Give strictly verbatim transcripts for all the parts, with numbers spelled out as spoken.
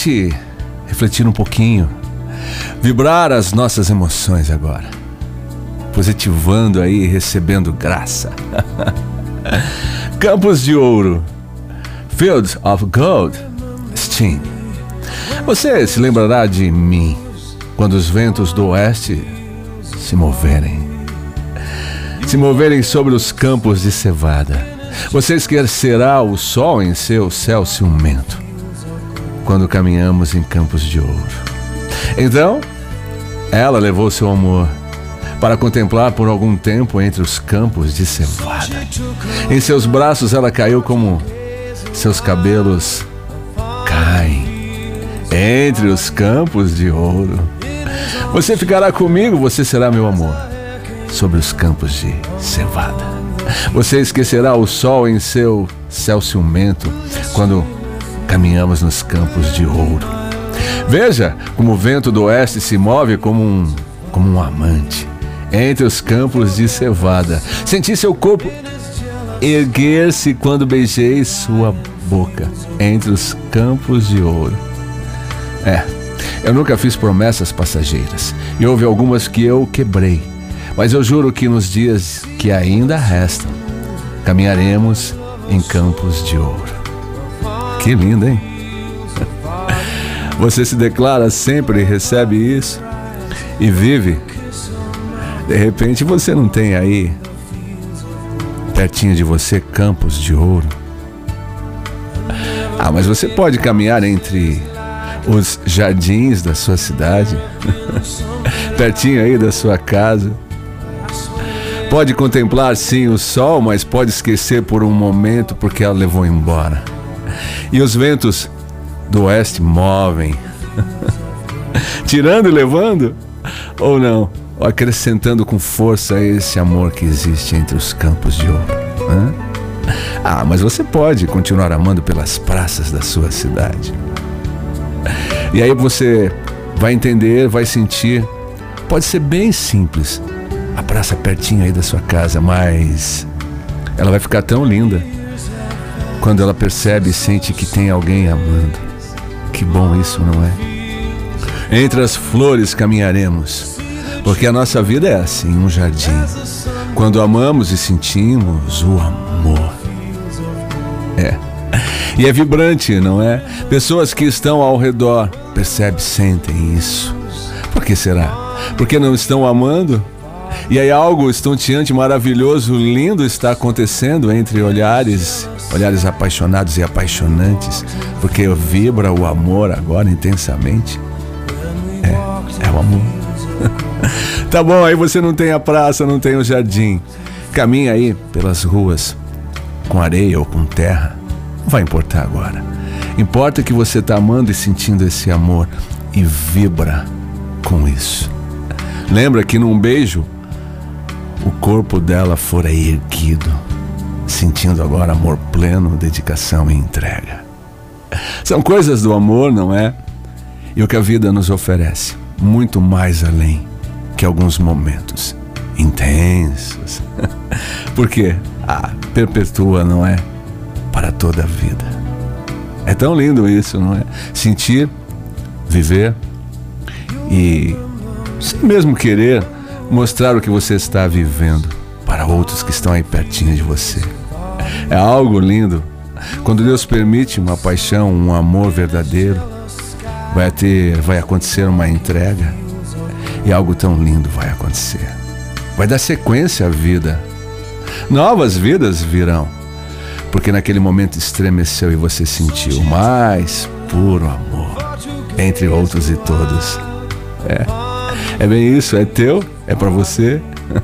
gente refletir um pouquinho, vibrar as nossas emoções agora, positivando aí, recebendo graça. Campos de Ouro, Fields of Gold, Sting. Você se lembrará de mim quando os ventos do oeste se moverem, se moverem sobre os campos de cevada. Você esquecerá o sol em seu céu ciumento, quando caminhamos em campos de ouro. Então, ela levou seu amor para contemplar por algum tempo entre os campos de cevada. Em seus braços ela caiu como seus cabelos caem entre os campos de ouro. Você ficará comigo, você será meu amor, sobre os campos de cevada. Você esquecerá o sol em seu céu ciumento, quando caminhamos nos campos de ouro. Veja como o vento do oeste se move como um, como um amante entre os campos de cevada. Senti seu corpo erguer-se quando beijei sua boca entre os campos de ouro. É, eu nunca fiz promessas passageiras, e houve algumas que eu quebrei, mas eu juro que nos dias que ainda restam, caminharemos em campos de ouro. Que lindo, hein? Você se declara sempre e recebe isso e vive. De repente você não tem aí pertinho de você campos de ouro. Ah, mas você pode caminhar entre os jardins da sua cidade, pertinho aí da sua casa. Pode contemplar sim o sol, mas pode esquecer por um momento porque ela levou embora. E os ventos do oeste movem, tirando e levando, ou não, ou acrescentando com força esse amor que existe entre os campos de ouro. Hã? Ah, mas você pode continuar amando pelas praças da sua cidade. E aí você vai entender, vai sentir. Pode ser bem simples, a praça pertinho aí da sua casa, mas ela vai ficar tão linda quando ela percebe e sente que tem alguém amando. Que bom isso, não é? Entre as flores caminharemos, porque a nossa vida é assim, um jardim. Quando amamos e sentimos o amor. É. E é vibrante, não é? Pessoas que estão ao redor percebem, sentem isso. Por que será? Porque não estão amando? E aí algo estonteante, maravilhoso, lindo está acontecendo entre olhares, olhares apaixonados e apaixonantes, porque vibra o amor agora intensamente. É, é o amor. Tá bom, aí você não tem a praça, não tem o jardim. Caminha aí pelas ruas, com areia ou com terra. Não vai importar agora. Importa que você está amando e sentindo esse amor e vibra com isso. Lembra que num beijo o corpo dela fora erguido, sentindo agora amor pleno, dedicação e entrega. São coisas do amor, não é? E o que a vida nos oferece, muito mais além que alguns momentos intensos. Porque, ah, perpetua, não é? Para toda a vida. É tão lindo isso, não é? Sentir, viver e, sem mesmo querer, mostrar o que você está vivendo para outros que estão aí pertinho de você. É algo lindo. Quando Deus permite uma paixão, um amor verdadeiro, vai ter, vai acontecer uma entrega e algo tão lindo vai acontecer. Vai dar sequência à vida. Novas vidas virão, porque naquele momento estremeceu e você sentiu o mais puro amor entre outros e todos. É, é bem isso, é teu, é para você.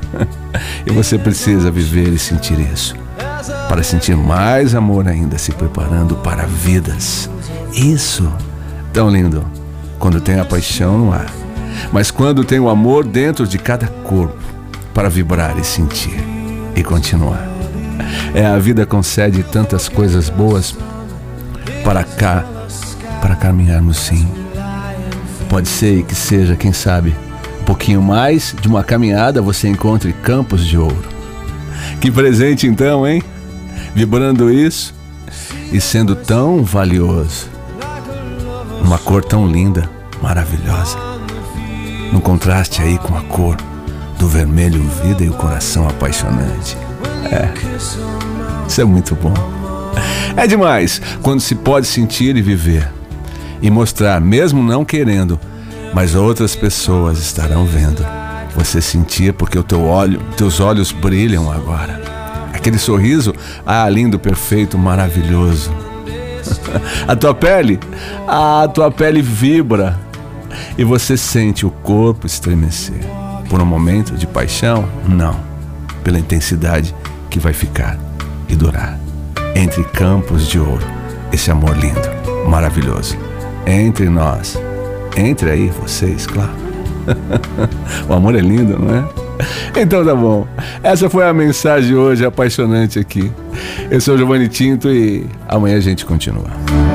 E você precisa viver e sentir isso, para sentir mais amor ainda, se preparando para vidas. Isso, tão lindo, quando tem a paixão no ar, mas quando tem o amor dentro de cada corpo, para vibrar e sentir e continuar. É, a vida concede tantas coisas boas para cá, para caminharmos sim. Pode ser que seja, quem sabe, um pouquinho mais de uma caminhada você encontre campos de ouro. Que presente então, hein? Vibrando isso e sendo tão valioso. uma cor tão linda, maravilhosa, no contraste aí com a cor do vermelho vida e o coração apaixonante. É, isso é muito bom. É demais quando se pode sentir e viver e mostrar, mesmo não querendo, mas outras pessoas estarão vendo. Você sentir porque o teu olho, teus olhos brilham agora. Aquele sorriso, ah, lindo, perfeito, maravilhoso. A tua pele, ah, a tua pele vibra e você sente o corpo estremecer. Por um momento de paixão? Não. Pela intensidade que vai ficar e durar. Entre campos de ouro, esse amor lindo, maravilhoso. Entre nós. Entre aí, vocês, claro. O amor é lindo, não é? Então tá bom. Essa foi a mensagem de hoje, apaixonante aqui. Eu sou o Giovanni Tinto e amanhã a gente continua.